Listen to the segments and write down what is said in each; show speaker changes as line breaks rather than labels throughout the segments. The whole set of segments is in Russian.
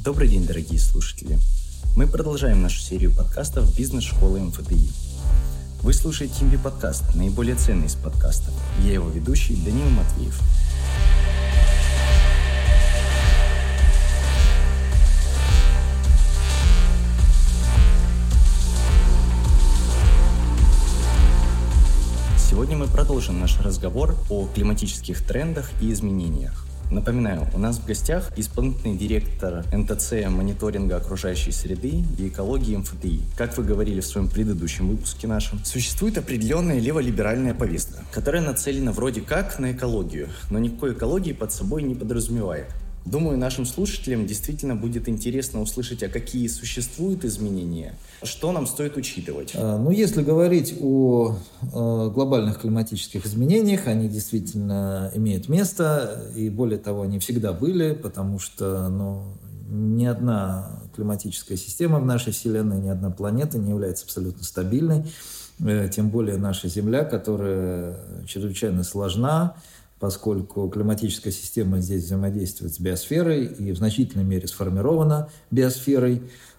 Добрый день, дорогие слушатели! Мы продолжаем нашу серию подкастов бизнес-школы МФТИ. Вы слушаете MB-подкаст, наиболее ценный из подкастов. Я его ведущий Данил Матвеев. Сегодня мы продолжим наш разговор о климатических трендах и изменениях. Напоминаю, у нас в гостях исполнительный директор НТЦ мониторинга окружающей среды и экологии МФТИ. Как вы говорили в своем предыдущем выпуске нашем, существует определенная леволиберальная повестка, которая нацелена вроде как на экологию, но никакой экологии под собой не подразумевает. Думаю, нашим слушателям действительно будет интересно услышать, а какие существуют изменения, что нам стоит учитывать.
Если говорить о глобальных климатических изменениях, они действительно имеют место, и более того, они всегда были, потому что ни одна климатическая система в нашей Вселенной, ни одна планета не является абсолютно стабильной, тем более наша Земля, которая чрезвычайно сложна, поскольку климатическая система здесь взаимодействует с биосферой и в значительной мере сформирована биосферой.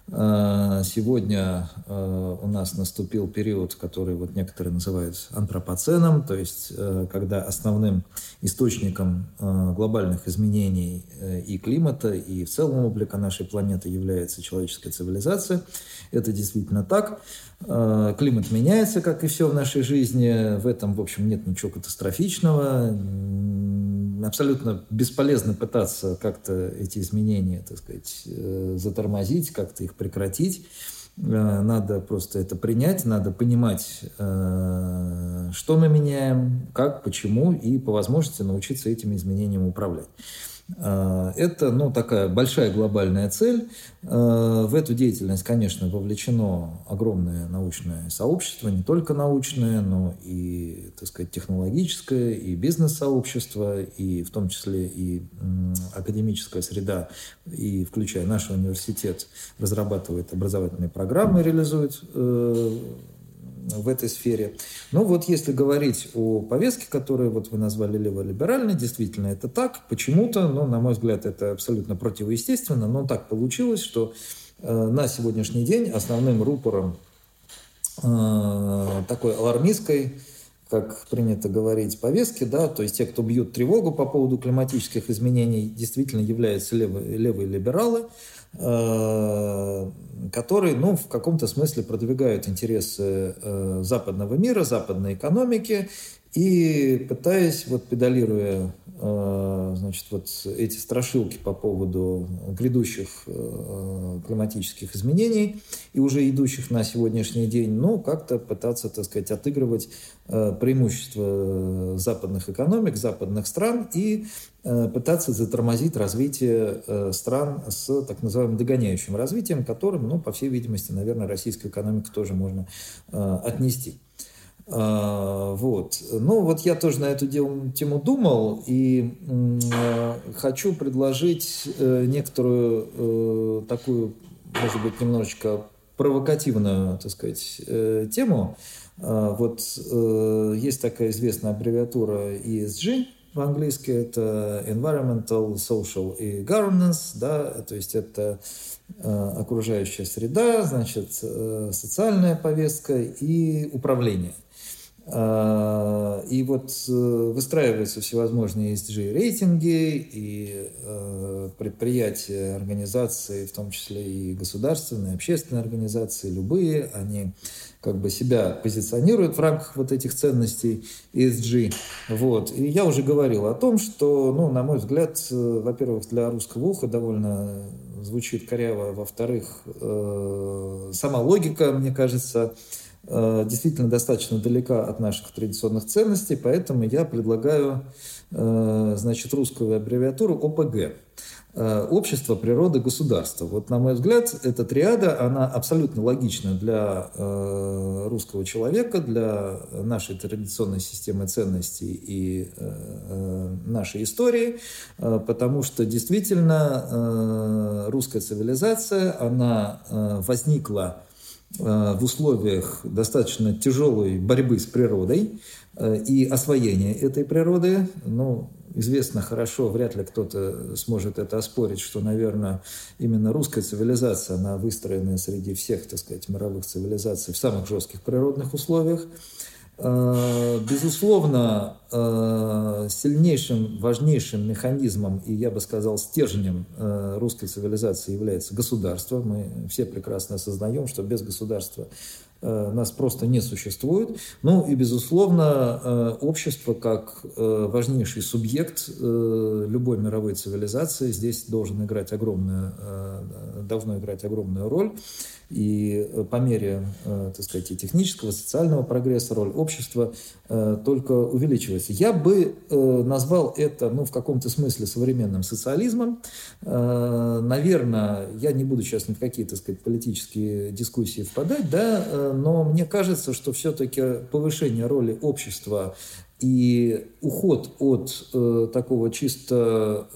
Сегодня у нас наступил период, который некоторые называют антропоценом, то есть когда основным источником глобальных изменений и климата, и в целом облика нашей планеты является человеческая цивилизация. Это действительно так. Климат меняется, как и все в нашей жизни. В этом, в общем, нет ничего катастрофичного. Абсолютно бесполезно пытаться как-то эти изменения, затормозить, как-то их прекратить. Надо просто это принять, надо понимать, что мы меняем, как, почему, и по возможности научиться этим изменениям управлять. Это, такая большая глобальная цель. В эту деятельность, конечно, вовлечено огромное научное сообщество, не только научное, но и, технологическое, и бизнес-сообщество, и в том числе и академическая среда, и включая наш университет, разрабатывает образовательные программы, реализует в этой сфере. Если говорить о повестке, которую вы назвали леволиберальной, действительно это так. Почему-то, на мой взгляд, это абсолютно противоестественно, но так получилось, что на сегодняшний день основным рупором такой алармистской, как принято говорить, повестки, то есть те, кто бьют тревогу по поводу климатических изменений, действительно являются левые либералы, которые, в каком-то смысле продвигают интересы западного мира, западной экономики и пытаясь, педалируя, эти страшилки по поводу грядущих климатических изменений и уже идущих на сегодняшний день, как-то пытаться, отыгрывать преимущества западных экономик, западных стран и пытаться затормозить развитие стран с так называемым догоняющим развитием, которым, по всей видимости, наверное, российскую экономику тоже можно отнести. Я тоже на эту тему думал и хочу предложить некоторую такую, может быть, немножечко провокативную, тему. Есть такая известная аббревиатура ESG, по-английски это Environmental, Social и Governance, то есть это окружающая среда, социальная повестка и управление. И выстраиваются всевозможные ESG-рейтинги, и предприятия, организации, в том числе и государственные, общественные организации, любые, они себя позиционируют в рамках этих ценностей ESG. И я уже говорил о том, что, на мой взгляд, во-первых, для русского уха довольно звучит коряво, во-вторых, сама логика, мне кажется, действительно достаточно далека от наших традиционных ценностей, поэтому я предлагаю, русскую аббревиатуру ОПГ. Общество, природа, государство. На мой взгляд, эта триада, она абсолютно логична для русского человека, для нашей традиционной системы ценностей и нашей истории, потому что действительно русская цивилизация, она возникла в условиях достаточно тяжелой борьбы с природой и освоения этой природы. известно хорошо, вряд ли кто-то сможет это оспорить, что, наверное, именно русская цивилизация, она выстроена среди всех, так сказать, мировых цивилизаций в самых жестких природных условиях. Безусловно, сильнейшим, важнейшим механизмом и, я бы сказал, стержнем русской цивилизации является государство. Мы все прекрасно осознаем, что без государства нас просто не существует. Ну и, безусловно, общество как важнейший субъект любой мировой цивилизации здесь должно играть огромную роль. И по мере, так сказать, и технического, социального прогресса роль общества только увеличивается. Я бы назвал это, в каком-то смысле современным социализмом. Наверное, я не буду сейчас ни в какие, так сказать, политические дискуссии впадать, да, но мне кажется, что все-таки повышение роли общества и уход от такого чисто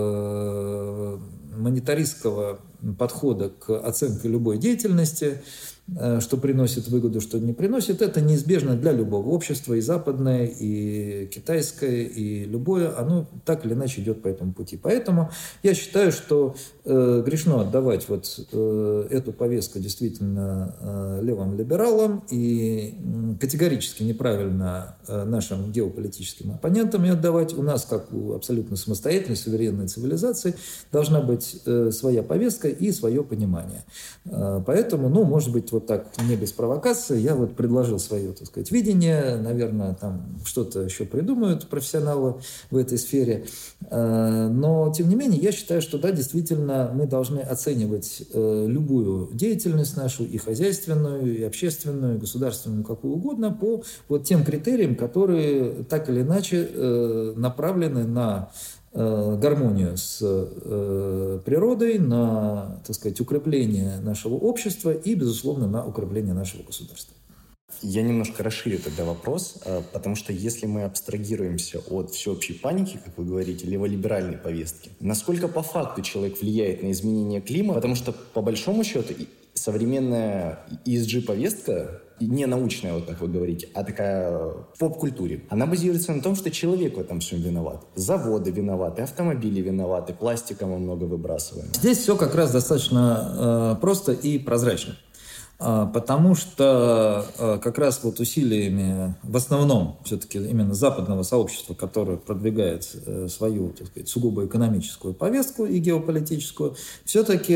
монетаристского подхода к оценке любой деятельности, что приносит выгоду, что не приносит, это неизбежно для любого общества, и западное, и китайское, и любое, оно так или иначе идет по этому пути. Поэтому я считаю, что грешно отдавать эту повестку действительно левым либералам, и категорически неправильно нашим геополитическим оппонентам и отдавать. У нас, как у абсолютно самостоятельной, суверенной цивилизации, должна быть своя повестка и свое понимание. Поэтому, может быть, вот так, не без провокации, я предложил свое, так сказать, видение. Наверное, там что-то еще придумают профессионалы в этой сфере. Но, тем не менее, я считаю, что, да, действительно, мы должны оценивать любую деятельность нашу, и хозяйственную, и общественную, и государственную, какую угодно, по тем критериям, которые так или иначе направлены на гармонию с природой, на, так сказать, укрепление нашего общества и, безусловно, на укрепление нашего государства.
Я немножко расширю тогда вопрос, потому что если мы абстрагируемся от всеобщей паники, как вы говорите, леволиберальной повестки, насколько по факту человек влияет на изменение климата? Потому что, по большому счету, современная ESG-повестка, не научная, вот как вы говорите, а такая в поп-культуре, она базируется на том, что человек в этом всем виноват. Заводы виноваты, автомобили виноваты, пластика мы много выбрасываем.
Здесь все как раз достаточно просто и прозрачно. Потому что как раз усилиями, в основном, все-таки именно западного сообщества, которое продвигает свою, так сказать, сугубо экономическую повестку и геополитическую, все-таки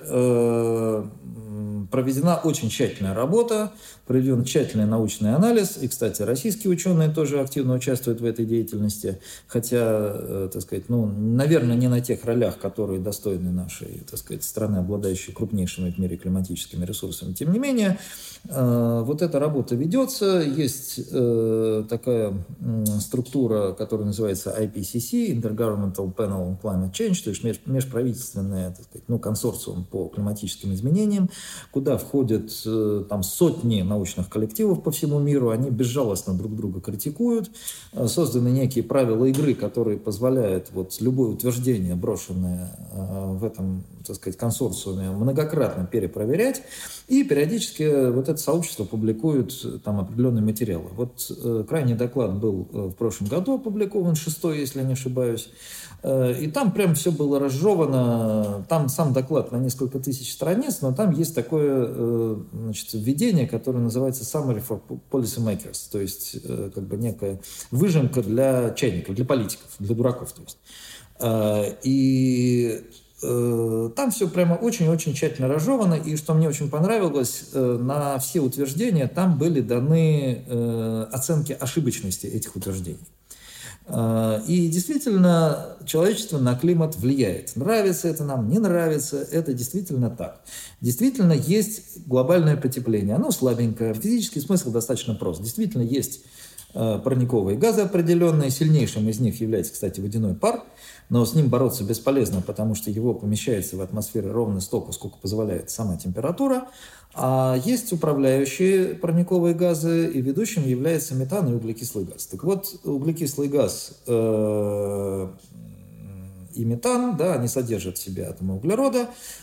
проведена очень тщательная работа, проведен тщательный научный анализ, и, кстати, российские ученые тоже активно участвуют в этой деятельности, хотя, так сказать, наверное, не на тех ролях, которые достойны нашей, так сказать, страны, обладающей крупнейшими в мире климатическими ресурсами. Тем не менее, эта работа ведется, есть такая структура, которая называется IPCC, Intergovernmental Panel on Climate Change, то есть межправительственный, так сказать, консорциум по климатическим изменениям, куда входят там сотни научных коллективов по всему миру, они безжалостно друг друга критикуют, созданы некие правила игры, которые позволяют любое утверждение, брошенное в этом, так сказать, консорциуме, многократно перепроверять, и периодически это сообщество публикует там определенные материалы. Крайний доклад был в прошлом году опубликован, 6-й, если я не ошибаюсь, и там прям все было разжевано. Там сам доклад на несколько тысяч страниц, но там есть такое введение, которое называется Summary for Policymakers, то есть некая выжимка для чайников, для политиков, для дураков. То есть. И там все прямо очень-очень тщательно разжевано, и что мне очень понравилось, на все утверждения там были даны оценки ошибочности этих утверждений. И действительно, человечество на климат влияет. Нравится это нам, не нравится, это действительно так. Действительно, есть глобальное потепление. Оно слабенькое. Физический смысл достаточно прост. Действительно, есть парниковые газы определенные. Сильнейшим из них является, кстати, водяной пар. Но с ним бороться бесполезно, потому что его помещается в атмосфере ровно столько, сколько позволяет сама температура. А есть управляющие парниковые газы, и ведущим является метан и углекислый газ. Так вот, углекислый газ и метан, да, они содержат в себе атомы углерода,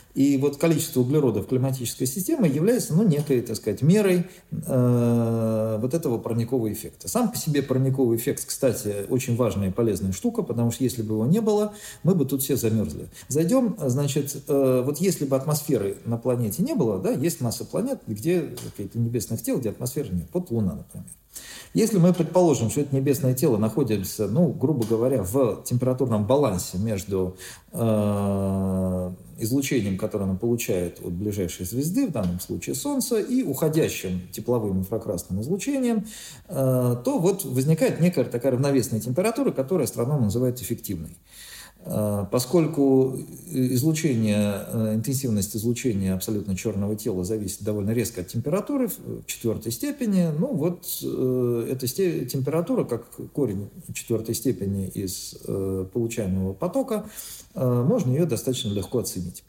И вот количество углерода в климатической системе является, некой, так сказать, мерой вот этого парникового эффекта. Сам по себе парниковый эффект, кстати, очень важная и полезная штука, потому что если бы его не было, мы бы тут все замерзли. Зайдем, значит, вот если бы атмосферы на планете не было, да, есть масса планет, где какие-то небесных тел, где атмосферы нет. Вот Луна, например. Если мы предположим, что это небесное тело находится, грубо говоря, в температурном балансе между излучением, которое оно получает от ближайшей звезды, в данном случае Солнца, и уходящим тепловым инфракрасным излучением, то вот возникает некая такая равновесная температура, которую астрономы называют эффективной. Поскольку интенсивность излучения абсолютно черного тела зависит довольно резко от температуры в четвертой степени, эта температура, как корень четвертой степени из получаемого потока, можно ее достаточно легко оценить.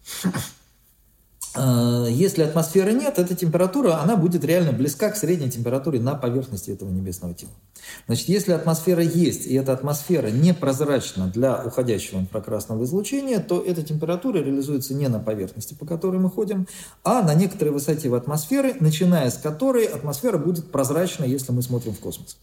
Если атмосферы нет, эта температура, она будет реально близка к средней температуре на поверхности этого небесного тела. Значит, если атмосфера есть, и эта атмосфера непрозрачна для уходящего инфракрасного излучения, то эта температура реализуется не на поверхности, по которой мы ходим, а на некоторой высоте в атмосфере, начиная с которой атмосфера будет прозрачна, если мы смотрим в космос.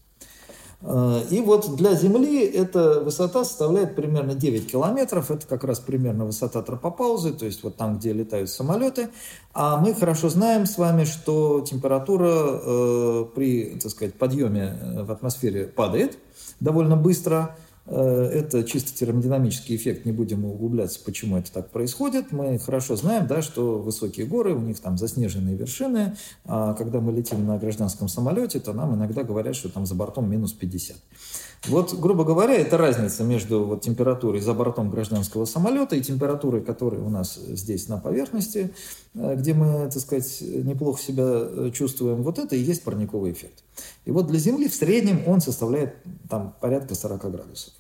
И вот для Земли эта высота составляет примерно 9 километров. Это как раз примерно высота тропопаузы, то есть вот там, где летают самолеты. А мы хорошо знаем с вами, что температура при, так сказать, подъеме в атмосфере падает довольно быстро. Это чисто термодинамический эффект, не будем углубляться, почему это так происходит. Мы хорошо знаем, да, что высокие горы, у них там заснеженные вершины, а когда мы летим на гражданском самолете, то нам иногда говорят, что там за бортом минус 50. Вот, грубо говоря, это разница между температурой за бортом гражданского самолета и температурой, которая у нас здесь на поверхности, где мы, так сказать, неплохо себя чувствуем. Вот это и есть парниковый эффект. И вот для Земли в среднем он составляет там порядка 40 градусов.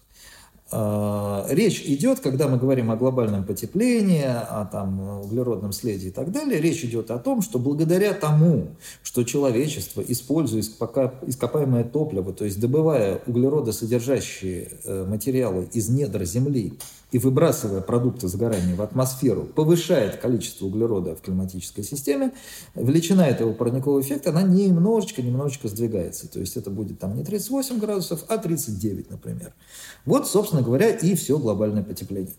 Речь идет, когда мы говорим о глобальном потеплении, о углеродном следе и так далее, речь идет о том, что благодаря тому, что человечество, используя ископаемое топливо, то есть добывая углеродосодержащие материалы из недр Земли и выбрасывая продукты сгорания в атмосферу, повышает количество углерода в климатической системе, величина этого парникового эффекта, она немножечко сдвигается. То есть это будет не 38 градусов, а 39, например. Вот, собственно говоря, и все глобальное потепление.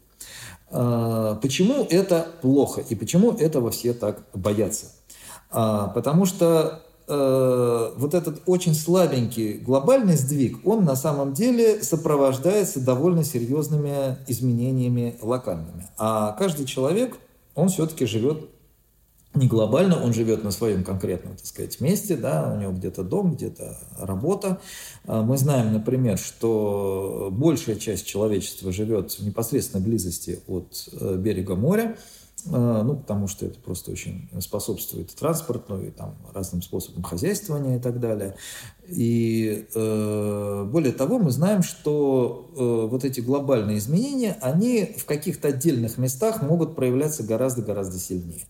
Почему это плохо и почему этого все так боятся? Потому что вот этот очень слабенький глобальный сдвиг, он на самом деле сопровождается довольно серьезными изменениями локальными. А каждый человек, он все-таки живет не глобально, он живет на своем конкретном, так сказать, месте, да, у него где-то дом, где-то работа. Мы знаем, например, что большая часть человечества живет в непосредственной близости от берега моря, потому что это просто очень способствует транспорту и разным способам хозяйствования и так далее. И более того, мы знаем, что вот эти глобальные изменения, они в каких-то отдельных местах могут проявляться гораздо-гораздо сильнее.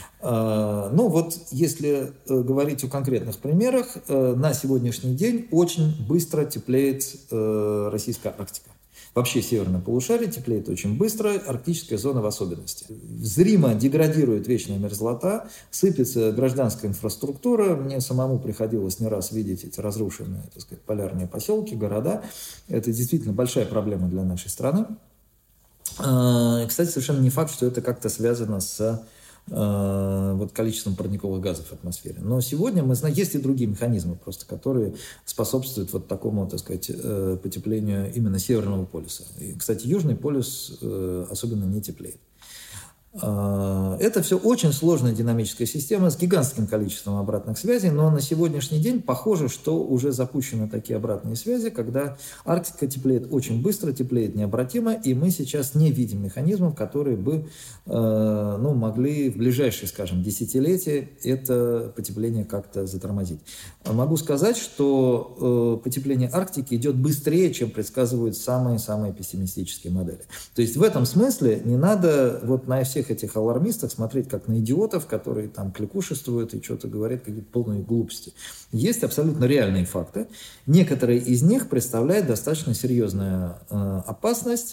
Если говорить о конкретных примерах, на сегодняшний день очень быстро теплеет российская Арктика. Вообще северное полушарие теплеет очень быстро, арктическая зона в особенности. Зримо деградирует вечная мерзлота, сыпется гражданская инфраструктура. Мне самому приходилось не раз видеть эти разрушенные, так сказать, полярные поселки, города. Это действительно большая проблема для нашей страны. Кстати, совершенно не факт, что это как-то связано с количеством парниковых газов в атмосфере. Но сегодня мы знаем, есть и другие механизмы, просто, которые способствуют такому, так сказать, потеплению именно Северного полюса. И, кстати, Южный полюс особенно не теплеет. Это все очень сложная динамическая система с гигантским количеством обратных связей, но на сегодняшний день похоже, что уже запущены такие обратные связи, когда Арктика теплеет очень быстро, теплеет необратимо, и мы сейчас не видим механизмов, которые бы могли в ближайшие, скажем, десятилетия это потепление как-то затормозить. Могу сказать, что потепление Арктики идет быстрее, чем предсказывают самые-самые пессимистические модели. То есть в этом смысле не надо на всех этих алармистах смотреть как на идиотов, которые кликушествуют и что-то говорят, какие-то полные глупости. Есть абсолютно реальные факты. Некоторые из них представляют достаточно серьезную опасность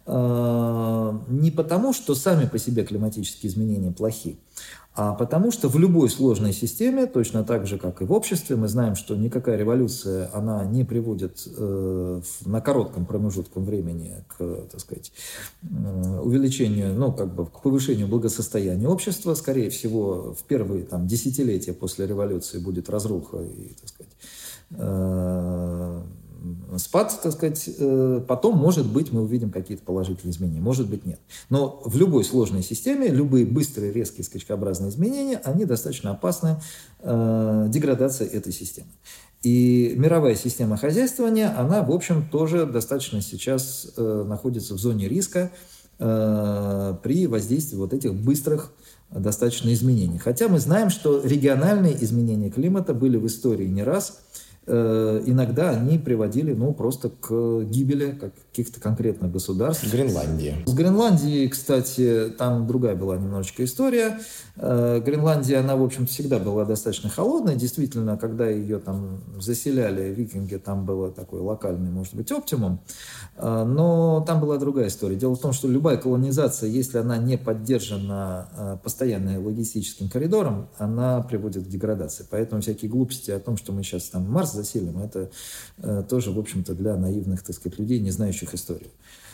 не потому, что сами по себе климатические изменения плохи, а потому что в любой сложной системе, точно так же, как и в обществе, мы знаем, что никакая революция, она не приводит на коротком промежутке времени к, так сказать, увеличению, к повышению благосостояния общества. Скорее всего, в первые десятилетия после революции будет разруха и, так сказать, спад, так сказать, потом, может быть, мы увидим какие-то положительные изменения, может быть, нет. Но в любой сложной системе любые быстрые, резкие, скачкообразные изменения, они достаточно опасны деградации этой системы. И мировая система хозяйствования, она, в общем, тоже достаточно сейчас находится в зоне риска при воздействии вот этих быстрых достаточно изменений. Хотя мы знаем, что региональные изменения климата были в истории не раз. Иногда они приводили просто к гибели каких-то конкретных государств.
Гренландия.
С Гренландией, кстати, там другая была немножечко история. Гренландия, она, в общем, всегда была достаточно холодной. Действительно, когда ее там заселяли викинги, там было такой локальный, может быть, оптимум. Но там была другая история. Дело в том, что любая колонизация, если она не поддержана постоянно логистическим коридором, она приводит к деградации. Поэтому всякие глупости о том, что мы сейчас там Марс заселим, это тоже, в общем-то, для наивных, так сказать, людей, не знающих историю.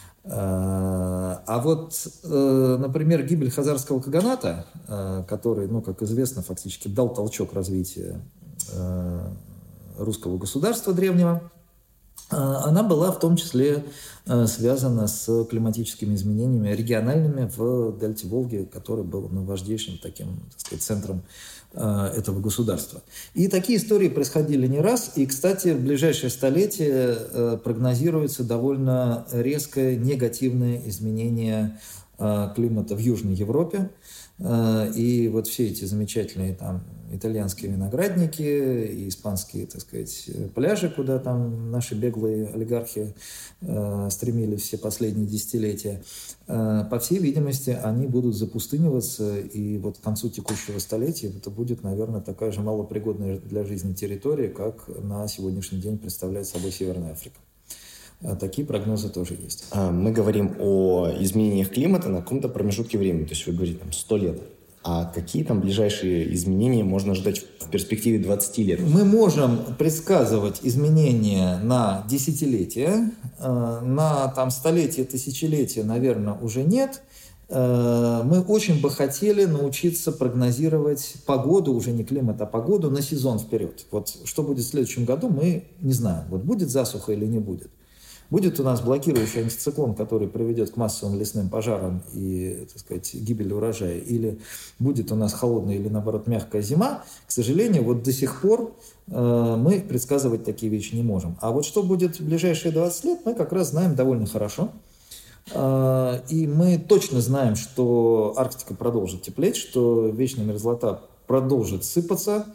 А вот, например, гибель хазарского каганата, который, как известно, фактически дал толчок развитию русского государства древнего, она была в том числе связана с климатическими изменениями региональными в дельте Волги, который был важнейшим таким, так сказать, центром этого государства. И такие истории происходили не раз. И, кстати, в ближайшее столетие прогнозируется довольно резкое негативное изменение климата в Южной Европе. И вот все эти замечательные итальянские виноградники и испанские, так сказать, пляжи, куда там наши беглые олигархи стремились все последние десятилетия, по всей видимости, они будут запустыниваться, и вот к концу текущего столетия это будет, наверное, такая же малопригодная для жизни территория, как на сегодняшний день представляет собой Северная Африка. Такие прогнозы тоже есть.
Мы говорим о изменениях климата на каком-то промежутке времени, то есть вы говорите 100 лет. А какие там ближайшие изменения можно ждать в перспективе 20 лет?
Мы можем предсказывать изменения на десятилетия, на столетия, тысячелетия, наверное, уже нет. Мы очень бы хотели научиться прогнозировать погоду, уже не климат, а погоду на сезон вперед. Вот что будет в следующем году, мы не знаем. Вот будет засуха или не будет. Будет у нас блокирующий антициклон, который приведет к массовым лесным пожарам и, так сказать, гибели урожая, или будет у нас холодная или, наоборот, мягкая зима, к сожалению, вот до сих пор мы предсказывать такие вещи не можем. А вот что будет в ближайшие 20 лет, мы как раз знаем довольно хорошо. И мы точно знаем, что Арктика продолжит теплеть, что вечная мерзлота продолжит сыпаться,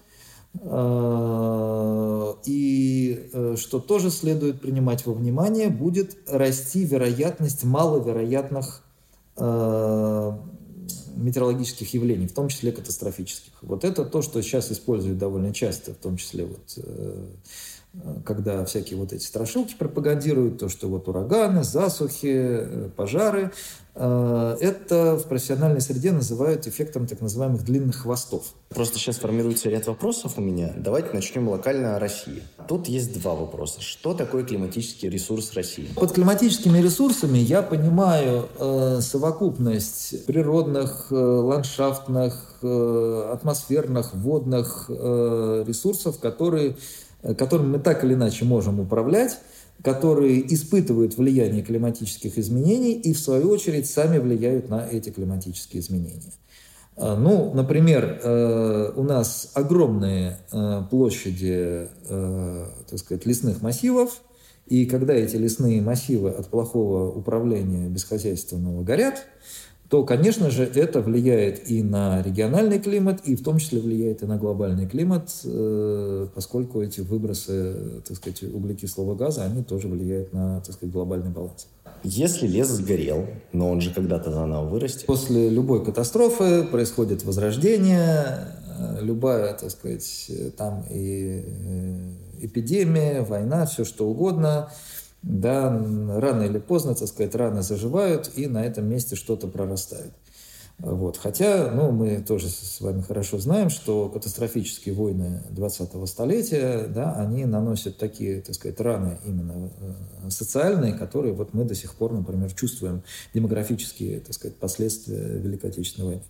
и что тоже следует принимать во внимание, будет расти вероятность маловероятных метеорологических явлений, в том числе катастрофических. Вот это то, что сейчас используют довольно часто, в том числе когда всякие вот эти страшилки пропагандируют, то, что вот ураганы, засухи, пожары, это в профессиональной среде называют эффектом так называемых длинных хвостов.
Просто сейчас формируется ряд вопросов у меня. Давайте начнем локально о России. Тут есть два вопроса. Что такое климатический ресурс России?
Под климатическими ресурсами я понимаю совокупность природных, ландшафтных, атмосферных, водных ресурсов, которыми мы так или иначе можем управлять, которые испытывают влияние климатических изменений и, в свою очередь, сами влияют на эти климатические изменения. Например, у нас огромные площади, так сказать, лесных массивов, и когда эти лесные массивы от плохого управления бесхозяйственного горят, то, конечно же, это влияет и на региональный климат, и в том числе влияет и на глобальный климат, поскольку эти выбросы, так сказать, углекислого газа, они тоже влияют на, так сказать, глобальный баланс.
Если лес сгорел, но он же когда-то заново вырастет.
После любой катастрофы происходит возрождение, любая, так сказать, там и эпидемия, война, все что угодно. да, рано или поздно, так сказать, раны заживают, и на этом месте что-то прорастает. Вот. Хотя, мы тоже с вами хорошо знаем, что катастрофические войны 20-го столетия, да, они наносят такие, так сказать, раны именно социальные, которые вот мы до сих пор, например, чувствуем демографические, так сказать, последствия Великой Отечественной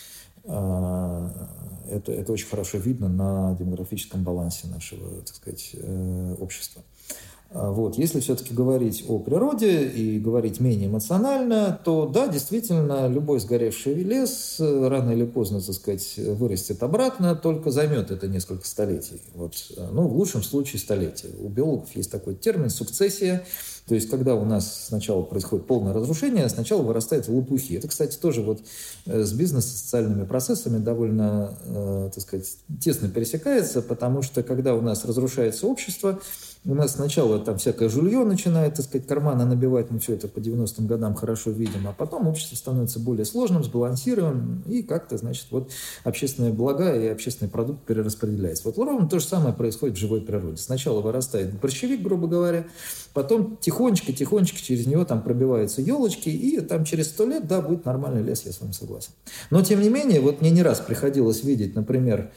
войны. Это очень хорошо видно на демографическом балансе нашего, так сказать, общества. Вот. Если все-таки говорить о природе и говорить менее эмоционально, то да, действительно, любой сгоревший лес рано или поздно, так сказать, вырастет обратно, только займет это несколько столетий. Вот. В лучшем случае столетия. У биологов есть такой термин сукцессия. То есть, когда у нас сначала происходит полное разрушение, сначала вырастают лопухи. Это, кстати, тоже вот с бизнес-социальными процессами довольно, так сказать, тесно пересекается, потому что, когда у нас разрушается общество, у нас сначала там всякое жулье начинает, так сказать, карманы набивать, мы все это по 90-м годам хорошо видим, а потом общество становится более сложным, сбалансированным, и как-то, значит, вот общественные блага и общественный продукт перераспределяется. Вот ровно то же самое происходит в живой природе. Сначала вырастает борщевик, грубо говоря, потом тихонечко через него там пробиваются елочки, и там через 100 лет, да, будет нормальный лес, я с вами согласен. Но, тем не менее, вот мне не раз приходилось видеть, например,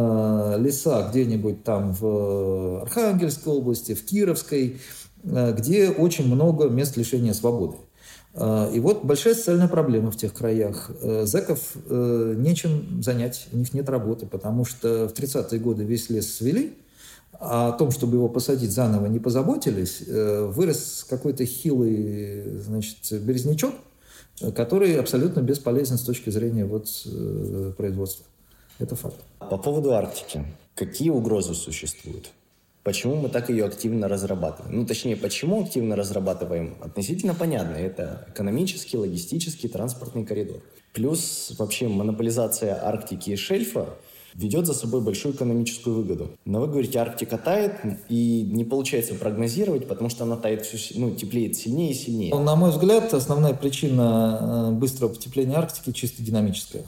леса где-нибудь там в Архангельской области, в Кировской, где очень много мест лишения свободы. И вот большая социальная проблема в тех краях. Зэков нечем занять, у них нет работы, потому что в 30-е годы весь лес свели, а о том, чтобы его посадить заново, не позаботились. Вырос какой-то хилый, значит, березнячок, который абсолютно бесполезен с точки зрения вот производства. Это факт.
По поводу Арктики. Какие угрозы существуют? Почему мы так ее активно разрабатываем? Точнее, почему активно разрабатываем? Относительно понятно. Это экономический, логистический, транспортный коридор. Плюс вообще монополизация Арктики и шельфа ведет за собой большую экономическую выгоду. Но вы говорите, Арктика тает, и не получается прогнозировать, потому что она тает все, теплеет сильнее и сильнее.
На мой взгляд, основная причина быстрого потепления Арктики чисто динамическая.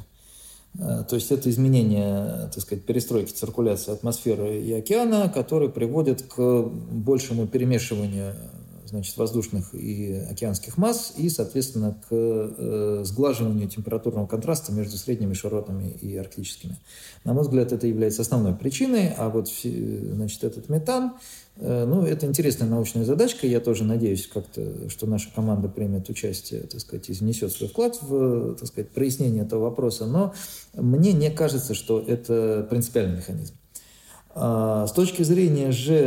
То есть это изменение, так сказать, перестройки циркуляции атмосферы и океана, которые приводят к большему перемешиванию, значит, воздушных и океанских масс и, соответственно, к сглаживанию температурного контраста между средними широтами и арктическими. На мой взгляд, это является основной причиной, а вот, значит, этот метан, это интересная научная задачка. Я тоже надеюсь, как-то, что наша команда примет участие, так сказать, и внесет свой вклад в, так сказать, прояснение этого вопроса. Но мне не кажется, что это принципиальный механизм. С точки зрения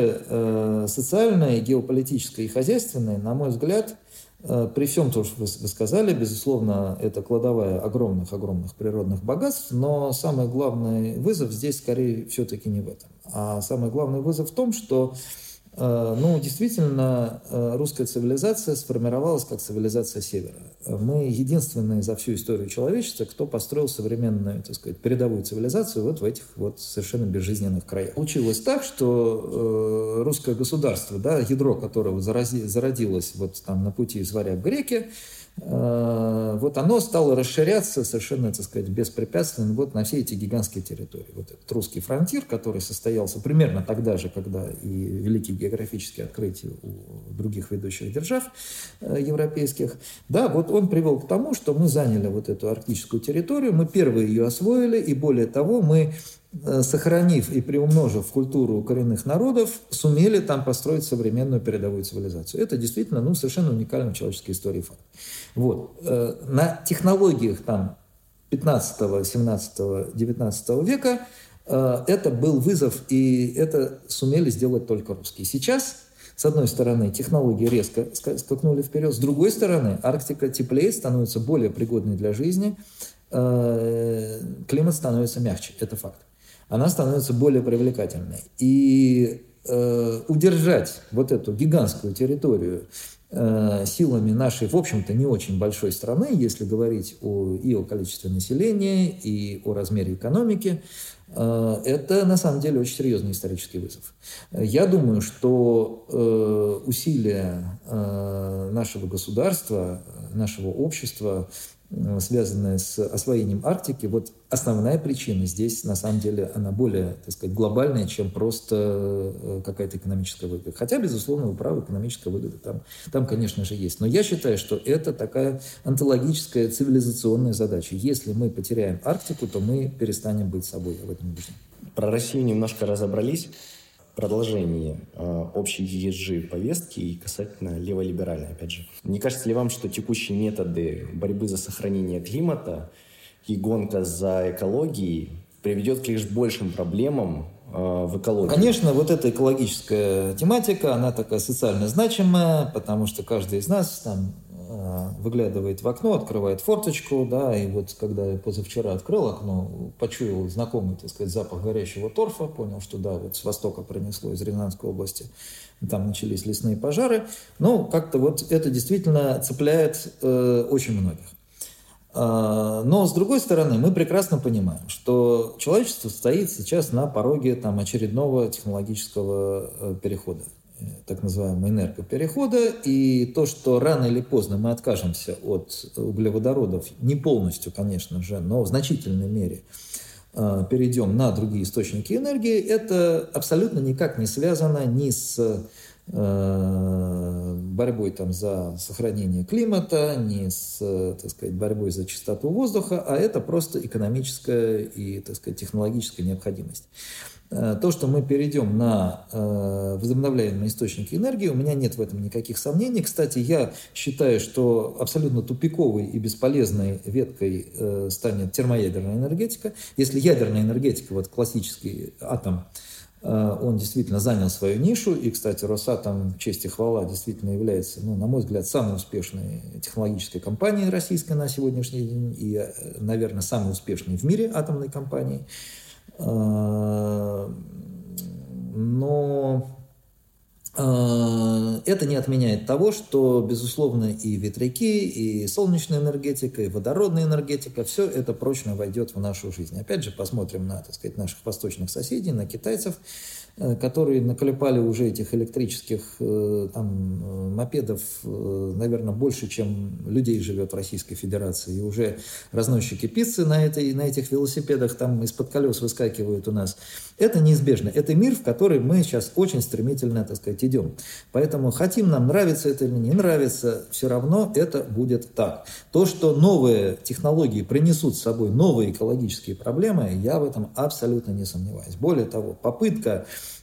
же социальной, геополитической и хозяйственной, на мой взгляд, при всем том, что вы сказали, безусловно, это кладовая огромных природных богатств, но самый главный вызов здесь скорее все-таки не в этом. А самый главный вызов в том, что действительно, русская цивилизация сформировалась как цивилизация Севера. Мы единственные за всю историю человечества, кто построил современную, так сказать, передовую цивилизацию вот в этих вот совершенно безжизненных краях. Получилось так, что русское государство, да, ядро которого зародилось вот там на пути из варяг в греки, вот оно стало расширяться совершенно, так сказать, беспрепятственно вот на все эти гигантские территории. Вот этот русский фронтир, который состоялся примерно тогда же, когда и великие географические открытия у других ведущих держав европейских, да, вот он привел к тому, что мы заняли вот эту арктическую территорию, мы первые ее освоили, и более того, мы, сохранив и приумножив культуру коренных народов, сумели там построить современную передовую цивилизацию. Это действительно, совершенно уникальный в человеческой истории факт. Вот. На технологиях там 15, 17, 19 века это был вызов, и это сумели сделать только русские. Сейчас, с одной стороны, технологии резко скакнули вперед, с другой стороны, Арктика теплеет, становится более пригодной для жизни, климат становится мягче, это факт. Она становится более привлекательной. И удержать вот эту гигантскую территорию силами нашей, в общем-то, не очень большой страны, если говорить и о количестве населения, и о размере экономики, Это на самом деле очень серьезный исторический вызов. Я думаю, что усилия нашего государства, нашего общества, связанная с освоением Арктики, вот основная причина здесь, на самом деле, она более, так сказать, глобальная, чем просто какая-то экономическая выгода. Хотя, безусловно, вы правы, экономическая выгода там, конечно же, есть. Но я считаю, что это такая онтологическая, цивилизационная задача. Если мы потеряем Арктику, то мы перестанем быть собой, я в этом убежден.
Про Россию немножко разобрались. Продолжение общей ESG-повестки и касательно леволиберальной, опять же. Не кажется ли вам, что текущие методы борьбы за сохранение климата и гонка за экологией приведет к лишь большим проблемам в экологии?
Конечно, вот эта экологическая тематика, она такая социально значимая, потому что каждый из нас там выглядывает в окно, открывает форточку, да, и вот когда я позавчера открыл окно, почуял знакомый, так сказать, запах горящего торфа, понял, что да, вот с востока пронесло, из Рязанской области, там начались лесные пожары. Ну, как-то вот это действительно цепляет очень многих. Но, с другой стороны, мы прекрасно понимаем, что человечество стоит сейчас на пороге там, очередного технологического перехода, так называемого энергоперехода, и то, что рано или поздно мы откажемся от углеводородов, не полностью, конечно же, но в значительной мере перейдем на другие источники энергии, это абсолютно никак не связано ни с борьбой там, за сохранение климата, ни с, так сказать, борьбой за чистоту воздуха, а это просто экономическая и, так сказать, технологическая необходимость. То, что мы перейдем на возобновляемые источники энергии, у меня нет в этом никаких сомнений. Кстати, я считаю, что абсолютно тупиковой и бесполезной веткой станет термоядерная энергетика. Если ядерная энергетика, вот классический атом, он действительно занял свою нишу, и, кстати, Росатом, честь и хвала, действительно является, ну, на мой взгляд, самой успешной технологической компанией российской на сегодняшний день и, наверное, самой успешной в мире атомной компанией. Но это не отменяет того, что, безусловно, и ветряки, и солнечная энергетика, и водородная энергетика, все это прочно войдет в нашу жизнь. Опять же, посмотрим на, так сказать, наших восточных соседей, на китайцев, которые наклепали уже этих электрических там, мопедов, наверное, больше, чем людей живет в Российской Федерации. И уже разносчики пиццы на этих велосипедах там из-под колес выскакивают у нас. Это неизбежно. Это мир, в который мы сейчас очень стремительно, так сказать, идем. Поэтому хотим нам нравится это или не нравится, все равно это будет так. То, что новые технологии принесут с собой новые экологические проблемы, я в этом абсолютно не сомневаюсь. Более того, попытка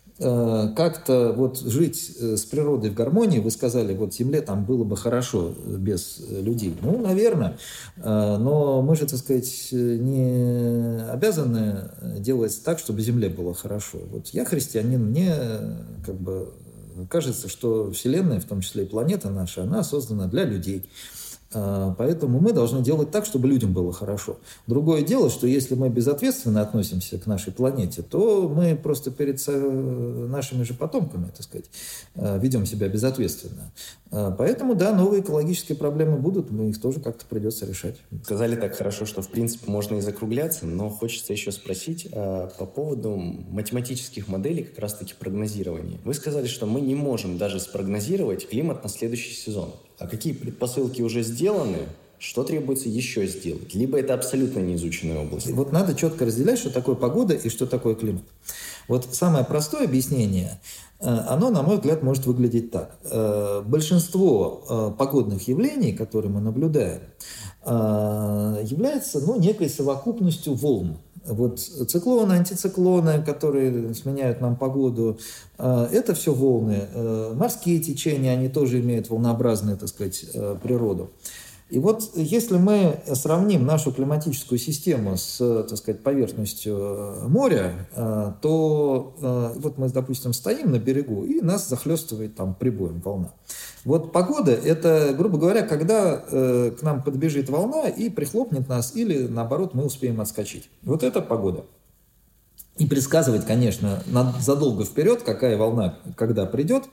как-то вот жить с природой в гармонии, вы сказали, вот Земле там было бы хорошо без людей. Ну, наверное, но мы же, так сказать, не обязаны делать так, чтобы Земле было хорошо. Вот я христианин, мне как бы кажется, что Вселенная, в том числе и планета наша, она создана для людей. Поэтому мы должны делать так, чтобы людям было хорошо. Другое дело, что если мы безответственно относимся к нашей планете, то мы просто перед нашими же потомками, так сказать, ведем себя безответственно. Поэтому, да, новые экологические проблемы будут, но их тоже как-то придется решать.
Сказали так хорошо, что, в принципе, можно и закругляться, но хочется еще спросить по поводу математических моделей, как раз-таки прогнозирования. Вы сказали, что мы не можем даже спрогнозировать климат на следующий сезон. А какие предпосылки уже сделаны, что требуется еще сделать? Либо это абсолютно неизученная область?
Вот надо четко разделять, что такое погода и что такое климат. Вот самое простое объяснение, оно, на мой взгляд, может выглядеть так. Большинство погодных явлений, которые мы наблюдаем, является некой совокупностью волн. Вот циклоны, антициклоны, которые сменяют нам погоду, это все волны. Морские течения, они тоже имеют волнообразную, так сказать, природу. И вот если мы сравним нашу климатическую систему с, так сказать, поверхностью моря, то вот мы, допустим, стоим на берегу, и нас захлестывает там прибоем волна. Вот погода – это, грубо говоря, когда к нам подбежит волна и прихлопнет нас, или, наоборот, мы успеем отскочить. Вот это погода. И предсказывать, конечно, задолго вперед, какая волна когда придет,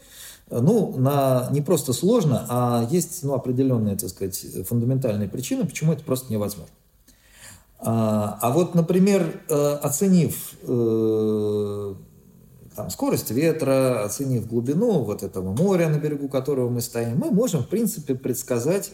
не просто сложно, а есть определенные, так сказать, фундаментальные причины, почему это просто невозможно. А вот, например, оценив там, скорость ветра, оценив глубину вот этого моря, на берегу которого мы стоим, мы можем, в принципе, предсказать,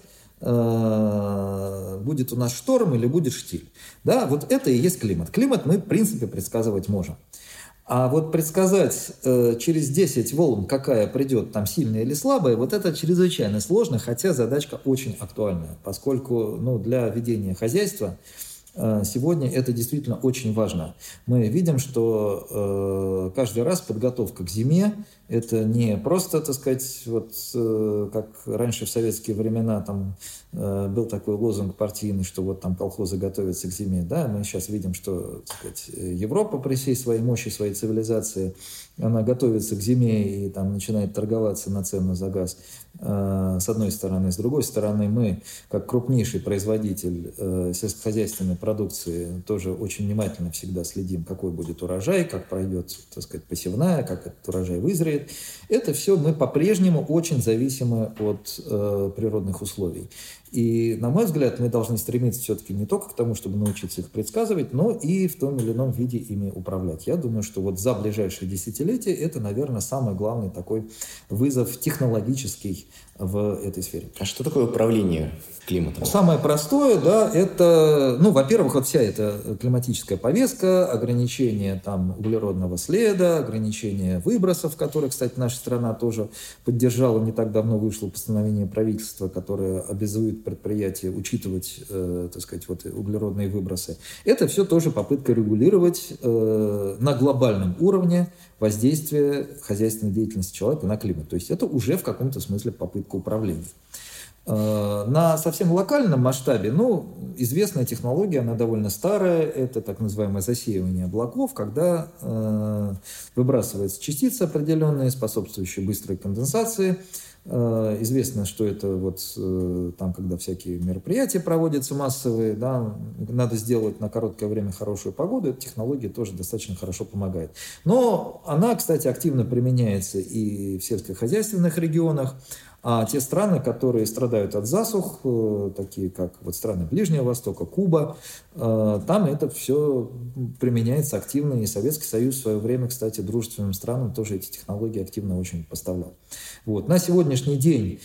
будет у нас шторм или будет штиль. Да, вот это и есть климат. Климат мы, в принципе, предсказывать можем. А вот предсказать через 10 волн, какая придет, там сильная или слабая, вот это чрезвычайно сложно, хотя задачка очень актуальная, поскольку для ведения хозяйства сегодня это действительно очень важно. Мы видим, что каждый раз подготовка к зиме – это не просто, так сказать, вот как раньше в советские времена там был такой лозунг партийный, что вот там колхозы готовятся к зиме. Да? Мы сейчас видим, что, так сказать, Европа при всей своей мощи, своей цивилизации, она готовится к зиме и там начинает торговаться на цену за газ, с одной стороны. С другой стороны, мы, как крупнейший производитель сельскохозяйственной продукции, тоже очень внимательно всегда следим, какой будет урожай, как пройдет, так сказать, посевная, как этот урожай вызреет. Это все мы по-прежнему очень зависимы от природных условий. И, на мой взгляд, мы должны стремиться все-таки не только к тому, чтобы научиться их предсказывать, но и в том или ином виде ими управлять. Я думаю, что вот за ближайшие десятилетия это, наверное, самый главный такой вызов технологический в этой сфере.
А что такое управление климатом?
Самое простое, да, это, во-первых, вот вся эта климатическая повестка, ограничение там углеродного следа, ограничение выбросов, которые, кстати, наша страна тоже поддержала, не так давно вышло постановление правительства, которое обязует предприятия учитывать, так сказать, вот углеродные выбросы. Это все тоже попытка регулировать на глобальном уровне воздействие хозяйственной деятельности человека на климат. То есть это уже в каком-то смысле попытка управления. На совсем локальном масштабе, известная технология, она довольно старая, это так называемое засеивание облаков, когда выбрасываются частицы определенные, способствующие быстрой конденсации. Известно, что это вот там, когда всякие мероприятия проводятся массовые, да, надо сделать на короткое время хорошую погоду, эта технология тоже достаточно хорошо помогает. Но она, кстати, активно применяется и в сельскохозяйственных регионах. А те страны, которые страдают от засух, такие как вот страны Ближнего Востока, Куба, там это все применяется активно. И Советский Союз в свое время, кстати, дружественным странам тоже эти технологии активно очень поставлял. Вот. На сегодняшний день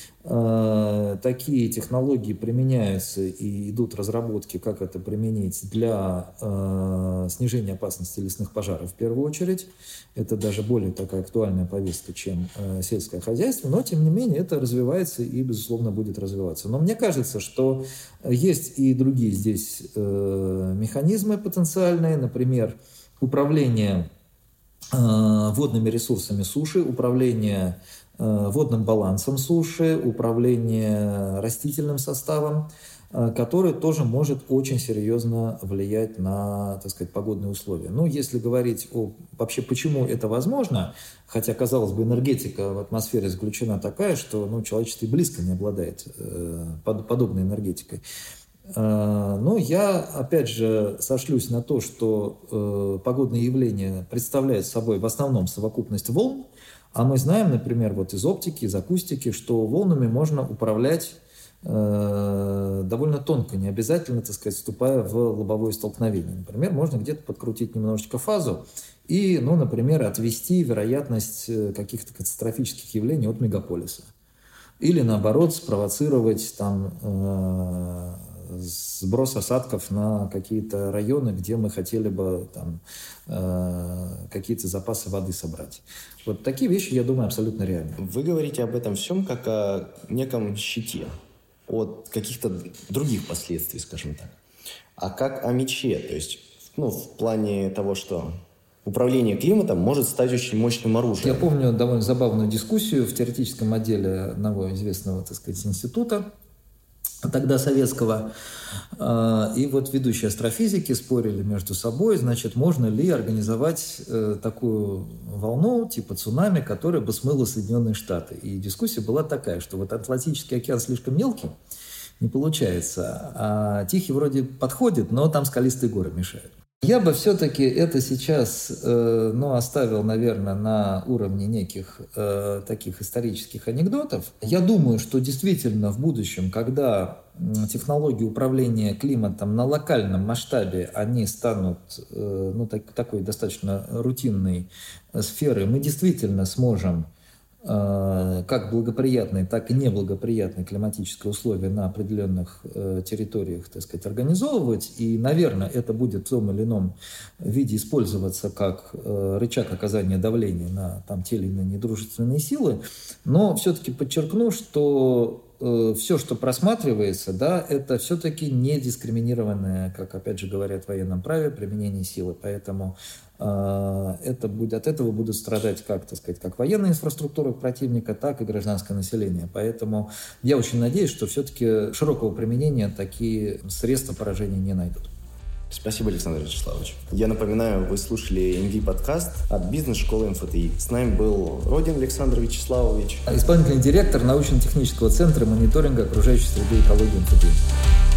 такие технологии применяются и идут разработки, как это применить для снижения опасности лесных пожаров в первую очередь. Это даже более такая актуальная повестка, чем сельское хозяйство, но тем не менее это развивается и, безусловно, будет развиваться. Но мне кажется, что есть и другие здесь механизмы потенциальные, например, управление водными ресурсами суши, управление водным балансом суши, управление растительным составом, который тоже может очень серьезно влиять на, так сказать, погодные условия. Если говорить вообще, почему это возможно, хотя, казалось бы, энергетика в атмосфере заключена такая, что человечество и близко не обладает подобной энергетикой. Я, опять же, сошлюсь на то, что погодные явления представляют собой в основном совокупность волн, а мы знаем, например, вот из оптики, из акустики, что волнами можно управлять довольно тонко, не обязательно, так сказать, вступая в лобовое столкновение. Например, можно где-то подкрутить немножечко фазу и, например, отвести вероятность каких-то катастрофических явлений от мегаполиса. Или, наоборот, спровоцировать там сброс осадков на какие-то районы, где мы хотели бы там какие-то запасы воды собрать. Вот такие вещи, я думаю, абсолютно реальны.
Вы говорите об этом всем как о неком щите от каких-то других последствий, скажем так. А как о мече, то есть, в плане того, что управление климатом может стать очень мощным оружием.
Я помню довольно забавную дискуссию в теоретическом отделе одного известного, так сказать, института, тогда советского, и вот ведущие астрофизики спорили между собой, значит, можно ли организовать такую волну типа цунами, которая бы смыла Соединенные Штаты. И дискуссия была такая, что вот Атлантический океан слишком мелкий, не получается, а Тихий вроде подходит, но там скалистые горы мешают. Я бы все-таки это сейчас оставил, наверное, на уровне неких таких исторических анекдотов. Я думаю, что действительно в будущем, когда технологии управления климатом на локальном масштабе, они станут такой достаточно рутинной сферой, мы действительно сможем как благоприятные, так и неблагоприятные климатические условия на определенных территориях, так сказать, организовывать. И, наверное, это будет в том или ином виде использоваться как рычаг оказания давления на те или иные недружественные силы. Но все-таки подчеркну, что все, что просматривается, да, это все-таки не дискриминированное, как опять же говорят в военном праве, применение силы. Поэтому от этого будут страдать как, так сказать, как военная инфраструктура противника, так и гражданское население. Поэтому я очень надеюсь, что все-таки широкого применения такие средства поражения не найдут.
Спасибо, Александр Вячеславович. Я напоминаю, вы слушали MV-подкаст от бизнес-школы МФТИ. С нами был Родин Александр Вячеславович,
исполнительный директор научно-технического центра мониторинга окружающей среды и экологии МФТИ.